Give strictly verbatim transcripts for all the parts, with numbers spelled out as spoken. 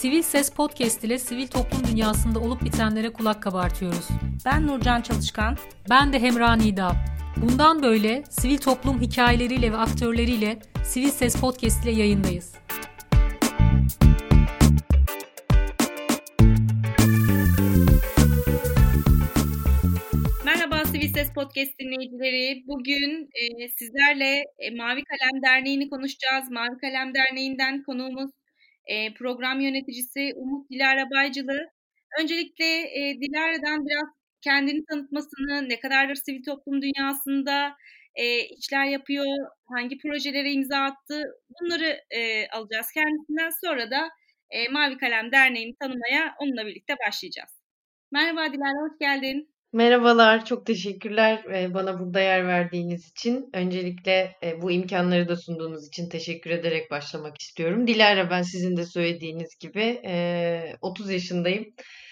Sivil Ses Podcast ile sivil toplum dünyasında olup bitenlere kulak kabartıyoruz. Ben Nurcan Çalışkan. Ben de Hemra Nida. Bundan böyle sivil toplum hikayeleriyle ve aktörleriyle Sivil Ses Podcast ile yayındayız. Merhaba Sivil Ses Podcast dinleyicileri. Bugün e, sizlerle e, Mavi Kalem Derneği'ni konuşacağız. Mavi Kalem Derneği'nden konuğumuz e, program yöneticisi Umut Dilara Baycılı. Öncelikle e, Dilara'dan biraz kendini tanıtmasını, ne kadardır sivil toplum dünyasında e, işler yapıyor, hangi projelere imza attı, bunları e, alacağız kendisinden. Sonra da e, Mavi Kalem Derneği'ni tanımaya onunla birlikte başlayacağız. Merhaba Dilara, hoş geldin. Merhabalar, çok teşekkürler e, bana burada yer verdiğiniz için. Öncelikle e, bu imkanları da sunduğunuz için teşekkür ederek başlamak istiyorum. Dilara, ben sizin de söylediğiniz gibi e, otuz yaşındayım.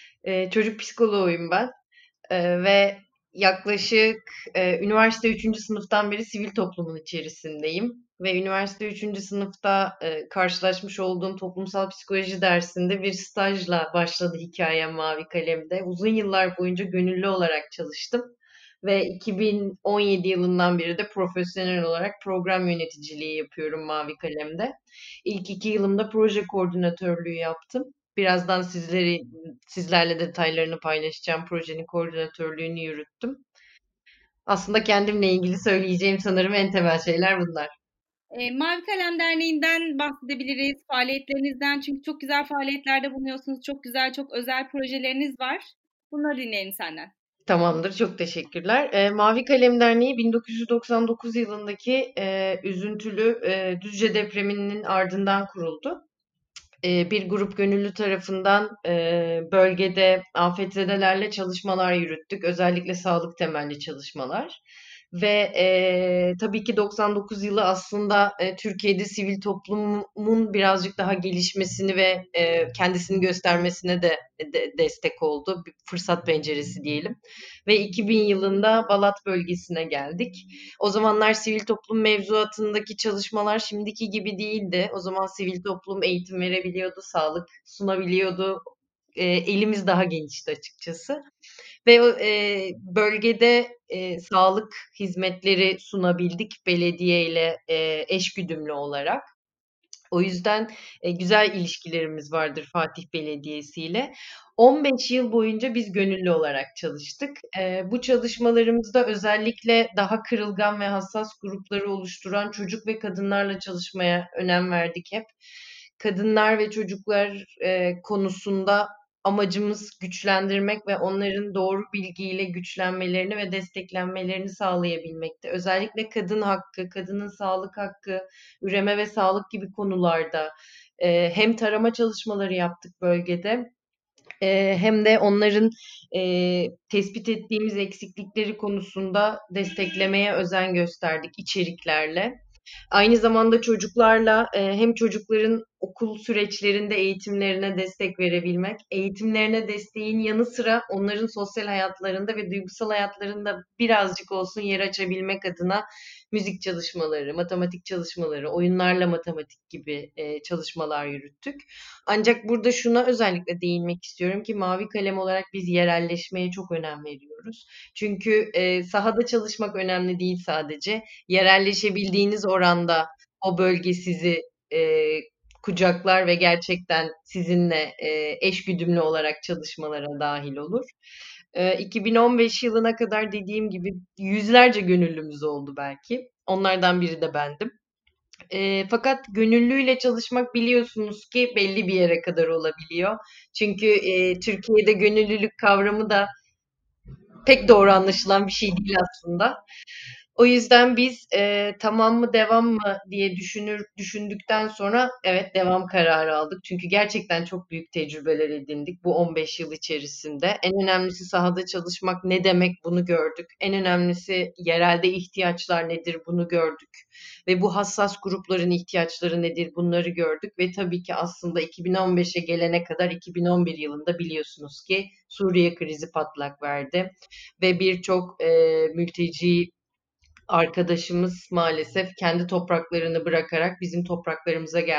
E, çocuk psikoloğuyum ben E, ve yaklaşık e, üniversite üçüncü sınıftan beri sivil toplumun içerisindeyim. Ve üniversite üçüncü sınıfta e, karşılaşmış olduğum toplumsal psikoloji dersinde bir stajla başladı hikayem Mavi Kalem'de. Uzun yıllar boyunca gönüllü olarak çalıştım. Ve iki bin on yedi yılından beri de profesyonel olarak program yöneticiliği yapıyorum Mavi Kalem'de. İlk iki yılımda proje koordinatörlüğü yaptım. Birazdan sizleri sizlerle detaylarını paylaşacağım. Projenin koordinatörlüğünü yürüttüm. Aslında kendimle ilgili söyleyeceğim sanırım en temel şeyler bunlar. E, Mavi Kalem Derneği'nden bahsedebiliriz, faaliyetlerinizden. Çünkü çok güzel faaliyetlerde bulunuyorsunuz. Çok güzel, çok özel projeleriniz var. Bunları dinleyelim senden. Tamamdır, çok teşekkürler. E, Mavi Kalem Derneği bin dokuz yüz doksan dokuz yılındaki e, üzüntülü e, Düzce depreminin ardından kuruldu. E, bir grup gönüllü tarafından e, bölgede afetzedelerle çalışmalar yürüttük. Özellikle sağlık temelli çalışmalar. Ve e, tabii ki doksan dokuz yılı aslında e, Türkiye'de sivil toplumun birazcık daha gelişmesini ve e, kendisini göstermesine de, de destek oldu. Bir fırsat penceresi diyelim. Ve iki bin yılında Balat bölgesine geldik. O zamanlar sivil toplum mevzuatındaki çalışmalar şimdiki gibi değildi. O zaman sivil toplum eğitim verebiliyordu, sağlık sunabiliyordu. E, elimiz daha genişti açıkçası. Ve o e, bölgede e, sağlık hizmetleri sunabildik belediye ile e, eşgüdümlü olarak. O yüzden e, güzel ilişkilerimiz vardır Fatih Belediyesi ile. on beş yıl boyunca biz gönüllü olarak çalıştık. E, bu çalışmalarımızda özellikle daha kırılgan ve hassas grupları oluşturan çocuk ve kadınlarla çalışmaya önem verdik hep. Kadınlar ve çocuklar e, konusunda amacımız güçlendirmek ve onların doğru bilgiyle güçlenmelerini ve desteklenmelerini sağlayabilmekte. Özellikle kadın hakkı, kadının sağlık hakkı, üreme ve sağlık gibi konularda e, hem tarama çalışmaları yaptık bölgede e, hem de onların e, tespit ettiğimiz eksiklikleri konusunda desteklemeye özen gösterdik içeriklerle. Aynı zamanda çocuklarla e, hem çocukların okul süreçlerinde eğitimlerine destek verebilmek, eğitimlerine desteğin yanı sıra onların sosyal hayatlarında ve duygusal hayatlarında birazcık olsun yer açabilmek adına müzik çalışmaları, matematik çalışmaları, oyunlarla matematik gibi e, çalışmalar yürüttük. Ancak burada şuna özellikle değinmek istiyorum ki Mavi Kalem olarak biz yerelleşmeye çok önem veriyoruz. Çünkü e, sahada çalışmak önemli değil sadece. Yerelleşebildiğiniz oranda o bölge sizi e, kucaklar ve gerçekten sizinle e, eşgüdümlü olarak çalışmalara dahil olur. E, iki bin on beş yılına kadar dediğim gibi yüzlerce gönüllümüz oldu belki. Onlardan biri de bendim. E, fakat gönüllüyle çalışmak biliyorsunuz ki belli bir yere kadar olabiliyor. Çünkü e, Türkiye'de gönüllülük kavramı da pek doğru anlaşılan bir şey değil aslında. O yüzden biz e, tamam mı devam mı diye düşünür düşündükten sonra evet devam kararı aldık. Çünkü gerçekten çok büyük tecrübeler edindik bu on beş yıl içerisinde. En önemlisi sahada çalışmak ne demek bunu gördük. En önemlisi yerelde ihtiyaçlar nedir bunu gördük. Ve bu hassas grupların ihtiyaçları nedir bunları gördük. Ve tabii ki aslında iki bin on beşe gelene kadar iki bin on bir yılında biliyorsunuz ki Suriye krizi patlak verdi. Ve birçok e, mülteci arkadaşımız maalesef kendi topraklarını bırakarak bizim topraklarımıza geldi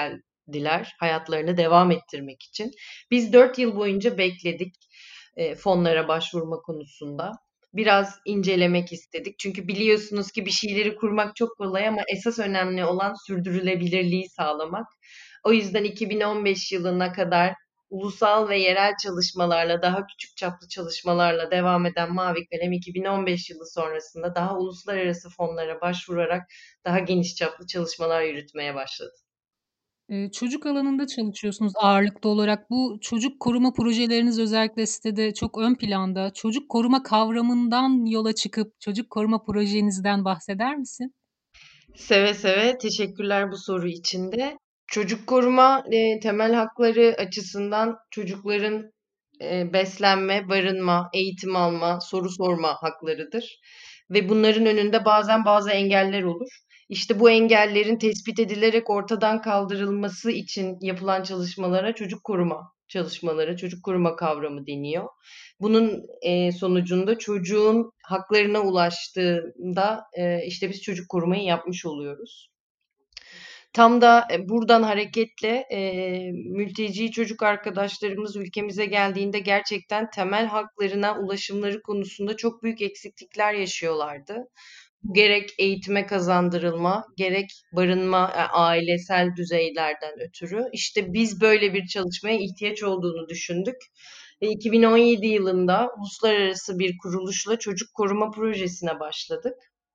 diler hayatlarını devam ettirmek için. Biz dört yıl boyunca bekledik e, fonlara başvurma konusunda. Biraz incelemek istedik. Çünkü biliyorsunuz ki bir şeyleri kurmak çok kolay ama esas önemli olan sürdürülebilirliği sağlamak. O yüzden iki bin on beş yılına kadar ulusal ve yerel çalışmalarla, daha küçük çaplı çalışmalarla devam eden Mavi Kalem iki bin on beş yılı sonrasında daha uluslararası fonlara başvurarak daha geniş çaplı çalışmalar yürütmeye başladı. Eee, çocuk alanında çalışıyorsunuz ağırlıklı olarak. Bu çocuk koruma projeleriniz özellikle sitede çok ön planda. Çocuk koruma kavramından yola çıkıp çocuk koruma projenizden bahseder misin? Seve seve teşekkürler bu soru için de. Çocuk koruma e, temel hakları açısından çocukların e, beslenme, barınma, eğitim alma, soru sorma haklarıdır. Ve bunların önünde bazen bazı engeller olur. İşte bu engellerin tespit edilerek ortadan kaldırılması için yapılan çalışmalara çocuk koruma çalışmaları, çocuk koruma kavramı deniyor. Bunun e, sonucunda çocuğun haklarına ulaştığında e, işte biz çocuk korumayı yapmış oluyoruz. Tam da e, buradan hareketle e, mülteci çocuk arkadaşlarımız ülkemize geldiğinde gerçekten temel haklarına ulaşımları konusunda çok büyük eksiklikler yaşıyorlardı. Bu gerek eğitime kazandırılma, gerek barınma, e, ailesel düzeylerden ötürü. İşte biz böyle bir çalışmaya ihtiyaç olduğunu düşündük. Ve iki bin on yedi yılında uluslararası bir kuruluşla çocuk koruma projesine başladık.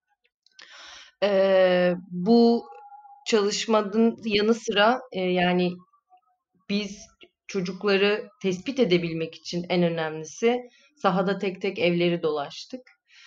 Ee, bu çalışmanın yanı sıra e, yani biz çocukları tespit edebilmek için en önemlisi sahada tek tek evleri dolaştık.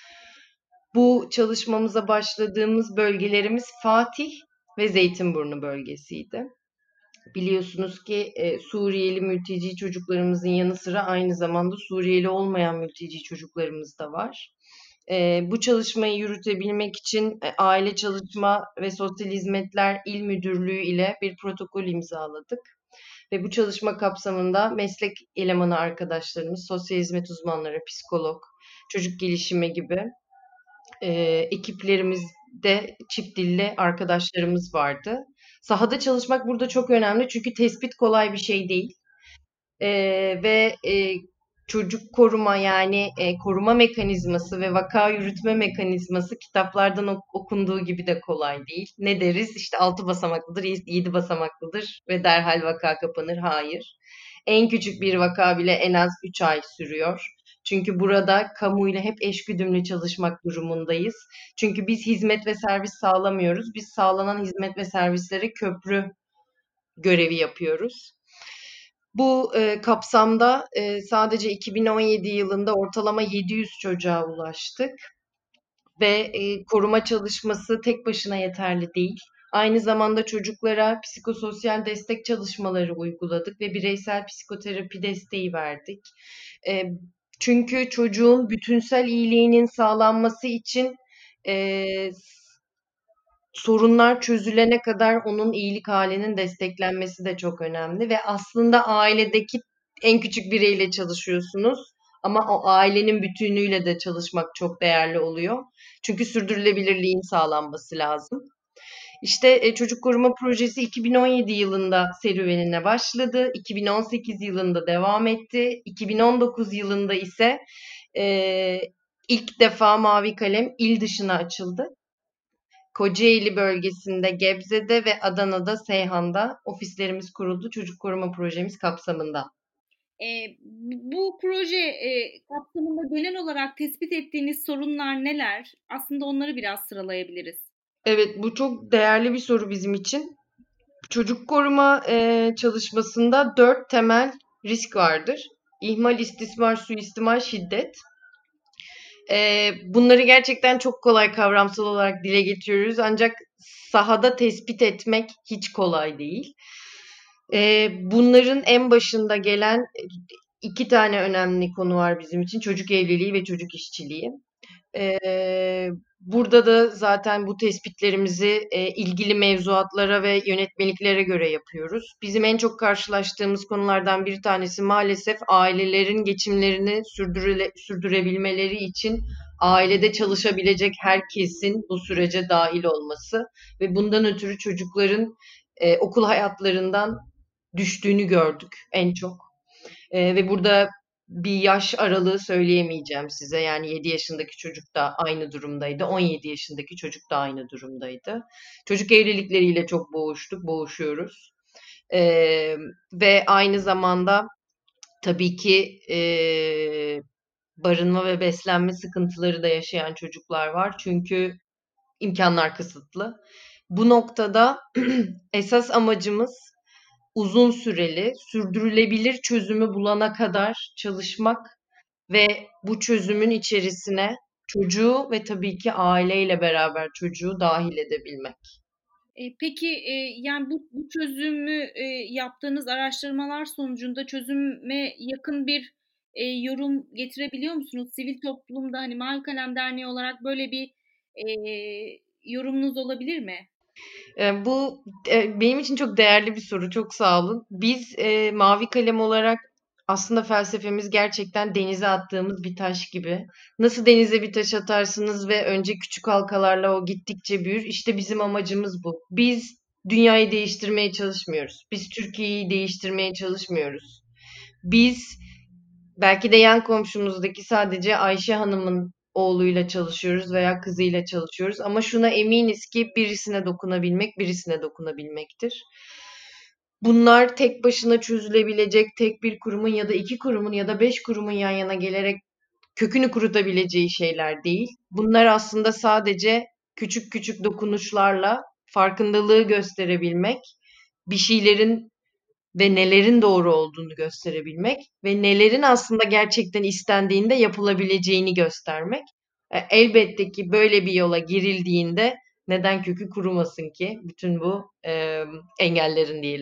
Bu çalışmamıza başladığımız bölgelerimiz Fatih ve Zeytinburnu bölgesiydi. Biliyorsunuz ki e, Suriyeli mülteci çocuklarımızın yanı sıra aynı zamanda Suriyeli olmayan mülteci çocuklarımız da var. E, bu çalışmayı yürütebilmek için e, Aile Çalışma ve Sosyal Hizmetler İl Müdürlüğü ile bir protokol imzaladık. Ve bu çalışma kapsamında meslek elemanı arkadaşlarımız, sosyal hizmet uzmanları, psikolog, çocuk gelişimi gibi e, ekiplerimizde çift dilli arkadaşlarımız vardı. Sahada çalışmak burada çok önemli çünkü tespit kolay bir şey değil. Eee, ve eee, çocuk koruma yani eee, koruma mekanizması ve vaka yürütme mekanizması kitaplardan ok- okunduğu gibi de kolay değil. Ne deriz? İşte altı basamaklıdır, yedi basamaklıdır ve derhal vaka kapanır. Hayır. En küçük bir vaka bile en az üç ay sürüyor. Çünkü burada kamuyla hep eşgüdümlü çalışmak durumundayız. Çünkü biz hizmet ve servis sağlamıyoruz. Biz sağlanan hizmet ve servislere köprü görevi yapıyoruz. Bu e, kapsamda e, sadece iki bin on yedi yılında ortalama yedi yüz çocuğa ulaştık ve e, koruma çalışması tek başına yeterli değil. Aynı zamanda çocuklara psikososyal destek çalışmaları uyguladık ve bireysel psikoterapi desteği verdik. E, çünkü çocuğun bütünsel iyiliğinin sağlanması için e, sorunlar çözülene kadar onun iyilik halinin desteklenmesi de çok önemli ve aslında ailedeki en küçük bireyle çalışıyorsunuz ama o ailenin bütünüyle de çalışmak çok değerli oluyor. Çünkü sürdürülebilirliğin sağlanması lazım. İşte e, Çocuk Koruma Projesi iki bin on yedi yılında serüvenine başladı. iki bin on sekiz yılında devam etti. iki bin on dokuz yılında ise e, ilk defa Mavi Kalem il dışına açıldı. Kocaeli bölgesinde, Gebze'de ve Adana'da, Seyhan'da ofislerimiz kuruldu çocuk koruma projemiz kapsamında. E, bu proje e, kapsamında genel olarak tespit ettiğiniz sorunlar neler? Aslında onları biraz sıralayabiliriz. Evet, bu çok değerli bir soru bizim için. Çocuk koruma e, çalışmasında dört temel risk vardır. İhmal, istismar, suistimal, şiddet. E, bunları gerçekten çok kolay kavramsal olarak dile getiriyoruz. Ancak sahada tespit etmek hiç kolay değil. E, bunların en başında gelen iki tane önemli konu var bizim için. Çocuk evliliği ve çocuk işçiliği. Ee, burada da zaten bu tespitlerimizi e, ilgili mevzuatlara ve yönetmeliklere göre yapıyoruz. Bizim en çok karşılaştığımız konulardan bir tanesi maalesef ailelerin geçimlerini sürdüre, sürdürebilmeleri için ailede çalışabilecek herkesin bu sürece dahil olması ve bundan ötürü çocukların e, okul hayatlarından düştüğünü gördük en çok. E, ve burada bir yaş aralığı söyleyemeyeceğim size. Yani yedi yaşındaki çocuk da aynı durumdaydı. on yedi yaşındaki çocuk da aynı durumdaydı. Çocuk evlilikleriyle çok boğuştuk, boğuşuyoruz. E, Ve aynı zamanda tabii ki e, barınma ve beslenme sıkıntıları da yaşayan çocuklar var. Çünkü imkanlar kısıtlı. Bu noktada esas amacımız uzun süreli, sürdürülebilir çözümü bulana kadar çalışmak ve bu çözümün içerisine çocuğu ve tabii ki aileyle beraber çocuğu dahil edebilmek. Eee, peki, eee, yani, bu bu çözümü, eee, yaptığınız araştırmalar sonucunda çözüme yakın bir, eee, yorum getirebiliyor musunuz? Sivil toplumda, hani, Mavi Kalem Derneği olarak böyle bir, eee, yorumunuz olabilir mi? Eee, bu, eee, benim için çok değerli bir soru. Çok sağ olun. Biz, eee, Mavi Kalem olarak aslında felsefemiz gerçekten denize attığımız bir taş gibi. Nasıl denize bir taş atarsınız ve önce küçük halkalarla o gittikçe büyür. İşte bizim amacımız bu. Biz dünyayı değiştirmeye çalışmıyoruz. Biz Türkiye'yi değiştirmeye çalışmıyoruz. Biz belki de yan komşumuzdaki sadece Ayşe Hanım'ın oğluyla çalışıyoruz veya kızıyla çalışıyoruz ama şuna eminiz ki birisine dokunabilmek birisine dokunabilmektir. Bunlar tek başına çözülebilecek tek bir kurumun ya da iki kurumun ya da beş kurumun yan yana gelerek kökünü kurutabileceği şeyler değil. Bunlar aslında sadece küçük küçük dokunuşlarla farkındalığı gösterebilmek, bir şeylerin ve nelerin doğru olduğunu gösterebilmek ve nelerin aslında gerçekten istendiğinde yapılabileceğini göstermek. E, elbette ki böyle bir yola girildiğinde neden kökü kurumasın ki bütün bu e, engellerin diyelim.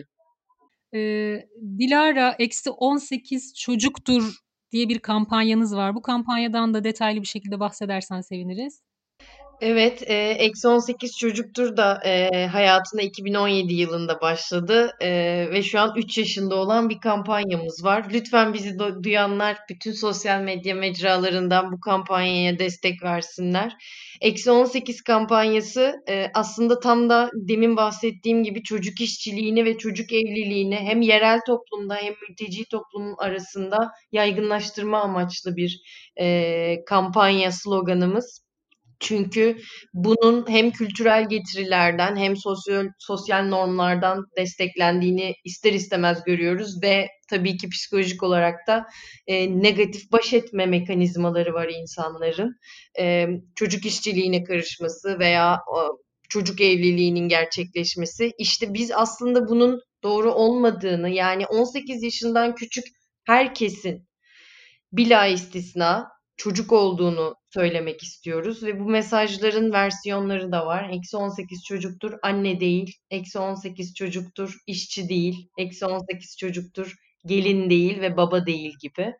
Eee, Dilara eksi on sekiz çocuktur diye bir kampanyanız var. Bu kampanyadan da detaylı bir şekilde bahsedersen seviniriz. Evet, eee, Eksi on sekiz Çocuktur da eee, hayatına iki bin on yedi yılında başladı eee, ve şu an üç yaşında olan bir kampanyamız var. Lütfen bizi do- duyanlar bütün sosyal medya mecralarından bu kampanyaya destek versinler. Eksi on sekiz kampanyası eee, aslında tam da demin bahsettiğim gibi çocuk işçiliğini ve çocuk evliliğini hem yerel toplumda hem mülteci toplumun arasında yaygınlaştırma amaçlı bir eee, kampanya sloganımız. Çünkü bunun hem kültürel getirilerden hem sosyal sosyal normlardan desteklendiğini ister istemez görüyoruz ve tabii ki psikolojik olarak da e, negatif baş etme mekanizmaları var insanların. E, Çocuk işçiliğine karışması veya o, çocuk evliliğinin gerçekleşmesi. İşte biz aslında bunun doğru olmadığını, yani on sekiz yaşından küçük herkesin bila istisna çocuk olduğunu söylemek istiyoruz ve bu mesajların versiyonları da var. Eksi on sekiz çocuktur, anne değil. Eksi on sekiz çocuktur, işçi değil. Eksi on sekiz çocuktur, gelin değil ve baba değil gibi.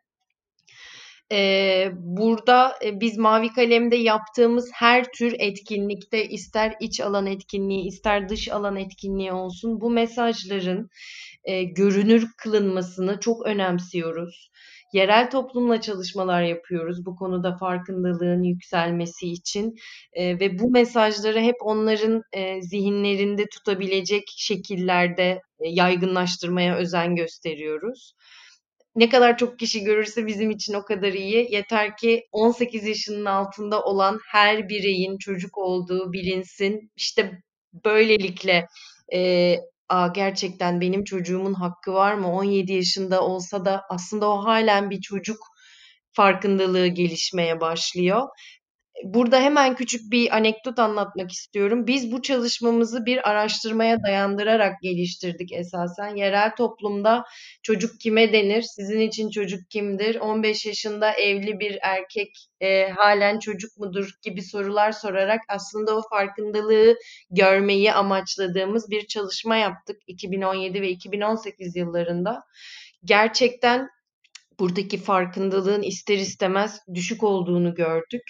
Eee, burada e, biz Mavi Kalem'de yaptığımız her tür etkinlikte ister iç alan etkinliği ister dış alan etkinliği olsun bu mesajların e, görünür kılınmasını çok önemsiyoruz. Yerel toplumla çalışmalar yapıyoruz bu konuda farkındalığın yükselmesi için. E, ve bu mesajları hep onların e, zihinlerinde tutabilecek şekillerde e, yaygınlaştırmaya özen gösteriyoruz. Ne kadar çok kişi görürse bizim için o kadar iyi. Yeter ki on sekiz yaşının altında olan her bireyin çocuk olduğu bilinsin. İşte böylelikle e, Aa, gerçekten benim çocuğumun hakkı var mı? on yedi yaşında olsa da aslında o halen bir çocuk farkındalığı gelişmeye başlıyor. Burada hemen küçük bir anekdot anlatmak istiyorum. Biz bu çalışmamızı bir araştırmaya dayandırarak geliştirdik esasen. Yerel toplumda çocuk kime denir? Sizin için çocuk kimdir? on beş yaşında evli bir erkek e, halen çocuk mudur gibi sorular sorarak aslında o farkındalığı görmeyi amaçladığımız bir çalışma yaptık iki bin on yedi ve iki bin on sekiz yıllarında. Gerçekten buradaki farkındalığın ister istemez düşük olduğunu gördük.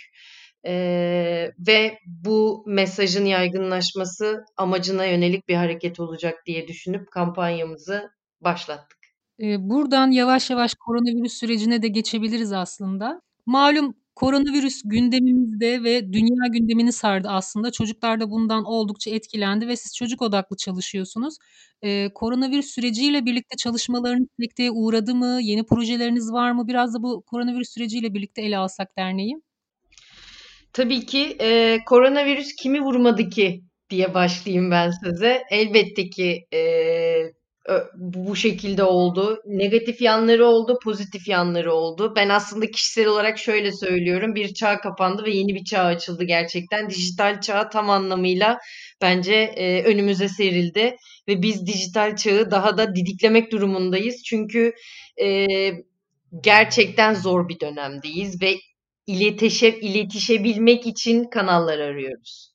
Ee, ve bu mesajın yaygınlaşması amacına yönelik bir hareket olacak diye düşünüp kampanyamızı başlattık. Eee, buradan yavaş yavaş koronavirüs sürecine de geçebiliriz aslında. Malum koronavirüs gündemimizde ve dünya gündemini sardı aslında. Çocuklar da bundan oldukça etkilendi ve siz çocuk odaklı çalışıyorsunuz. Eee, koronavirüs süreciyle birlikte çalışmalarınız sekteye uğradı mı? Yeni projeleriniz var mı? Biraz da bu koronavirüs süreciyle birlikte ele alsak derneği. Tabii ki, eee, koronavirüs kimi vurmadı ki diye başlayayım ben söze. Elbette ki, eee, ö bu şekilde oldu. Negatif yanları oldu, pozitif yanları oldu. Ben aslında kişisel olarak şöyle söylüyorum, bir çağ kapandı ve yeni bir çağ açıldı gerçekten. Dijital çağ tam anlamıyla bence, eee, önümüze serildi ve biz dijital çağı daha da didiklemek durumundayız. Çünkü, eee, gerçekten zor bir dönemdeyiz ve iletişe iletişebilmek için kanallar arıyoruz.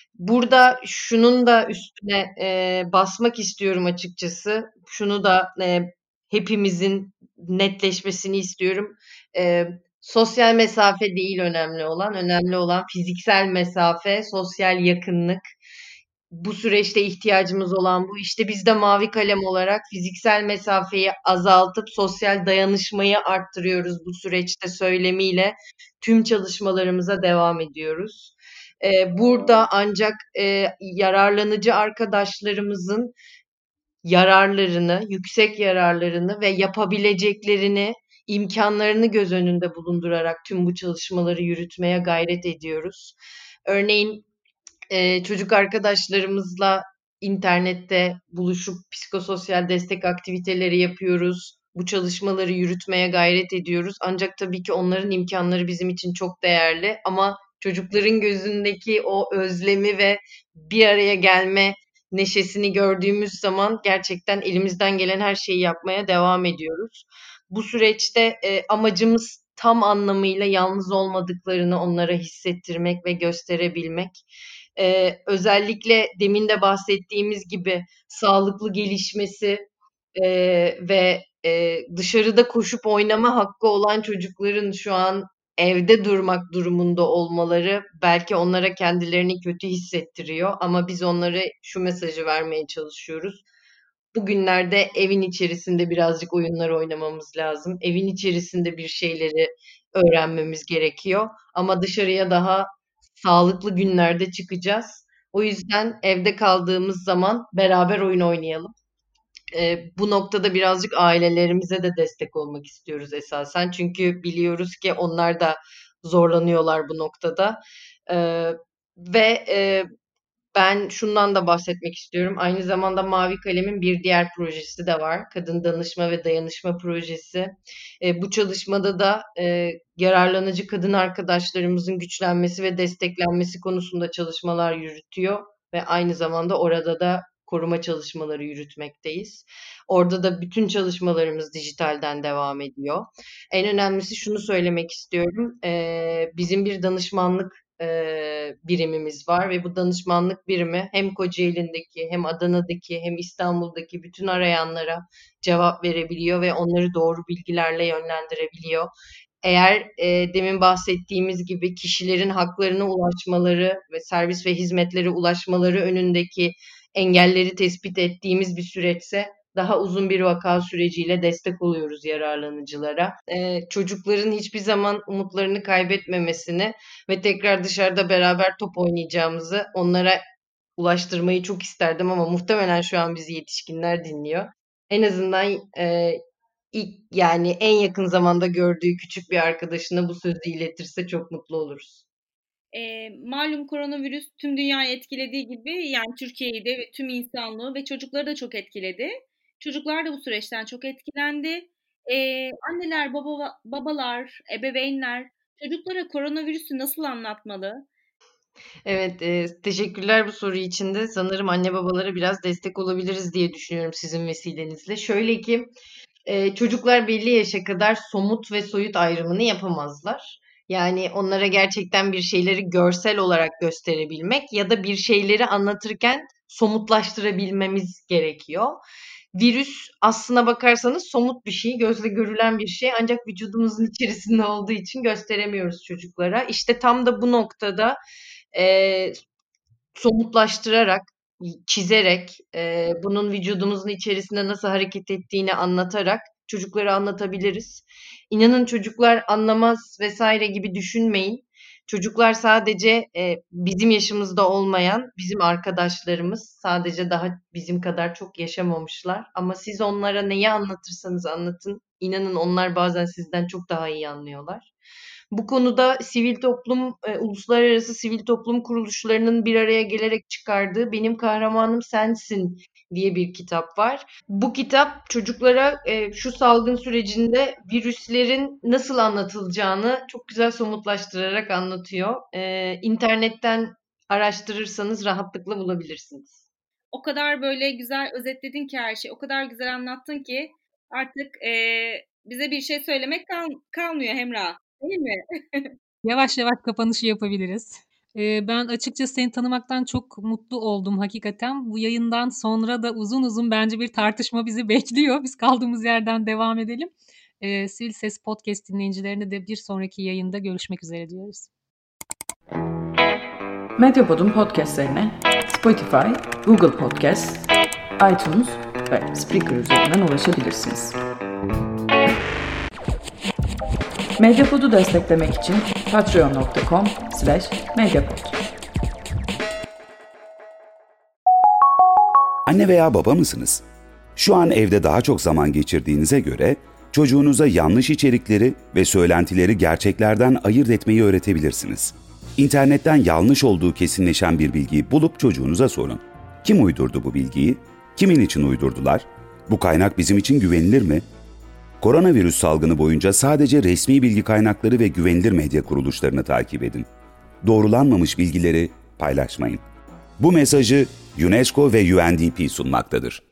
Burada şunun da üstüne eee, basmak istiyorum açıkçası. Şunu da eee, hepimizin netleşmesini istiyorum. Eee, sosyal mesafe değil önemli olan. Önemli olan fiziksel mesafe, sosyal yakınlık. Bu süreçte ihtiyacımız olan bu. İşte biz de Mavi Kalem olarak fiziksel mesafeyi azaltıp sosyal dayanışmayı arttırıyoruz bu süreçte söylemiyle. Tüm çalışmalarımıza devam ediyoruz. Eee, burada ancak eee, yararlanıcı arkadaşlarımızın yararlarını, yüksek yararlarını ve yapabileceklerini, imkanlarını göz önünde bulundurarak tüm bu çalışmaları yürütmeye gayret ediyoruz. Örneğin Eee, çocuk arkadaşlarımızla internette buluşup psikososyal destek aktiviteleri yapıyoruz. Bu çalışmaları yürütmeye gayret ediyoruz. Ancak tabii ki onların imkanları bizim için çok değerli ama çocukların gözündeki o özlemi ve bir araya gelme neşesini gördüğümüz zaman gerçekten elimizden gelen her şeyi yapmaya devam ediyoruz. Bu süreçte eee, amacımız tam anlamıyla yalnız olmadıklarını onlara hissettirmek ve gösterebilmek. Eee, özellikle demin de bahsettiğimiz gibi sağlıklı gelişmesi eee, ve eee, dışarıda koşup oynama hakkı olan çocukların şu an evde durmak durumunda olmaları belki onlara kendilerini kötü hissettiriyor ama biz onlara şu mesajı vermeye çalışıyoruz. Bugünlerde evin içerisinde birazcık oyunlar oynamamız lazım. Evin içerisinde bir şeyleri öğrenmemiz gerekiyor ama dışarıya daha sağlıklı günlerde çıkacağız. O yüzden evde kaldığımız zaman beraber oyun oynayalım. Eee, bu noktada birazcık ailelerimize de destek olmak istiyoruz esasen. Çünkü biliyoruz ki onlar da zorlanıyorlar bu noktada. Eee, ve eee, ben şundan da bahsetmek istiyorum. Aynı zamanda Mavi Kalem'in bir diğer projesi de var. Kadın Danışma ve Dayanışma Projesi. E, bu çalışmada da e, yararlanıcı kadın arkadaşlarımızın güçlenmesi ve desteklenmesi konusunda çalışmalar yürütüyor ve aynı zamanda orada da koruma çalışmaları yürütmekteyiz. Orada da bütün çalışmalarımız dijitalden devam ediyor. En önemlisi şunu söylemek istiyorum. E, bizim bir danışmanlık eee, birimimiz var ve bu danışmanlık birimi hem Kocaeli'ndeki hem Adana'daki hem İstanbul'daki bütün arayanlara cevap verebiliyor ve onları doğru bilgilerle yönlendirebiliyor. Eğer eee, demin bahsettiğimiz gibi kişilerin haklarına ulaşmaları ve servis ve hizmetlere ulaşmaları önündeki engelleri tespit ettiğimiz bir süreçse daha uzun bir vaka süreciyle destek oluyoruz yararlanıcılara. Eee, çocukların hiçbir zaman umutlarını kaybetmemesini ve tekrar dışarıda beraber top oynayacağımızı onlara ulaştırmayı çok isterdim ama muhtemelen şu an bizi yetişkinler dinliyor. En azından eee, ilk yani en yakın zamanda gördüğü küçük bir arkadaşına bu sözü iletirse çok mutlu oluruz. Eee, malum koronavirüs tüm dünyayı etkilediği gibi, yani, Türkiye'yi de ve tüm insanlığı ve çocukları da çok etkiledi. Çocuklar da bu süreçten çok etkilendi. Eee, anneler, babava babalar, ebeveynler çocuklara koronavirüsü nasıl anlatmalı? Evet, eee, teşekkürler bu soru için de. Sanırım anne babalara biraz destek olabiliriz diye düşünüyorum sizin vesilenizle. Şöyle ki, eee, çocuklar belli yaşa kadar somut ve soyut ayrımını yapamazlar. Yani onlara gerçekten bir şeyleri görsel olarak gösterebilmek ya da bir şeyleri anlatırken somutlaştırabilmemiz gerekiyor. Virüs aslına bakarsanız somut bir şey, gözle görülen bir şey ancak vücudumuzun içerisinde olduğu için gösteremiyoruz çocuklara. İşte tam da bu noktada eee, somutlaştırarak, çizerek, eee, bunun vücudumuzun içerisinde nasıl hareket ettiğini anlatarak çocuklara anlatabiliriz. İnanın çocuklar anlamaz vesaire gibi düşünmeyin. Çocuklar sadece e, bizim yaşımızda olmayan bizim arkadaşlarımız. Sadece daha bizim kadar çok yaşamamışlar. Ama siz onlara neyi anlatırsanız anlatın. İnanın onlar bazen sizden çok daha iyi anlıyorlar. Bu konuda sivil toplum, e, uluslararası sivil toplum kuruluşlarının bir araya gelerek çıkardığı Benim Kahramanım Sensin diye bir kitap var. Bu kitap çocuklara e, şu salgın sürecinde virüslerin nasıl anlatılacağını çok güzel somutlaştırarak anlatıyor. E, internetten araştırırsanız rahatlıkla bulabilirsiniz. O kadar böyle güzel özetledin ki her şeyi, o kadar güzel anlattın ki artık e, bize bir şey söylemek kal kalmıyor Hemra, değil mi? Yavaş yavaş kapanışı yapabiliriz. Eee, ben açıkçası seni tanımaktan çok mutlu oldum hakikaten. Bu yayından sonra da uzun uzun bence bir tartışma bizi bekliyor. Biz kaldığımız yerden devam edelim. Eee, Sivil Ses Podcast dinleyicilerine de bir sonraki yayında görüşmek üzere diyoruz. Medyapod'un podcastlerine Spotify, Google Podcast, iTunes ve Spreaker üzerinden ulaşabilirsiniz. Medyapod'u desteklemek için patreon nokta com slash medyapod. Anne veya baba mısınız? Şu an evde daha çok zaman geçirdiğinize göre çocuğunuza yanlış içerikleri ve söylentileri gerçeklerden ayırt etmeyi öğretebilirsiniz. İnternetten yanlış olduğu kesinleşen bir bilgiyi bulup çocuğunuza sorun. Kim uydurdu bu bilgiyi? Kimin için uydurdular? Bu kaynak bizim için güvenilir mi? Koronavirüs salgını boyunca sadece resmi bilgi kaynakları ve güvenilir medya kuruluşlarını takip edin. Doğrulanmamış bilgileri paylaşmayın. Bu mesajı UNESCO ve U N D P sunmaktadır.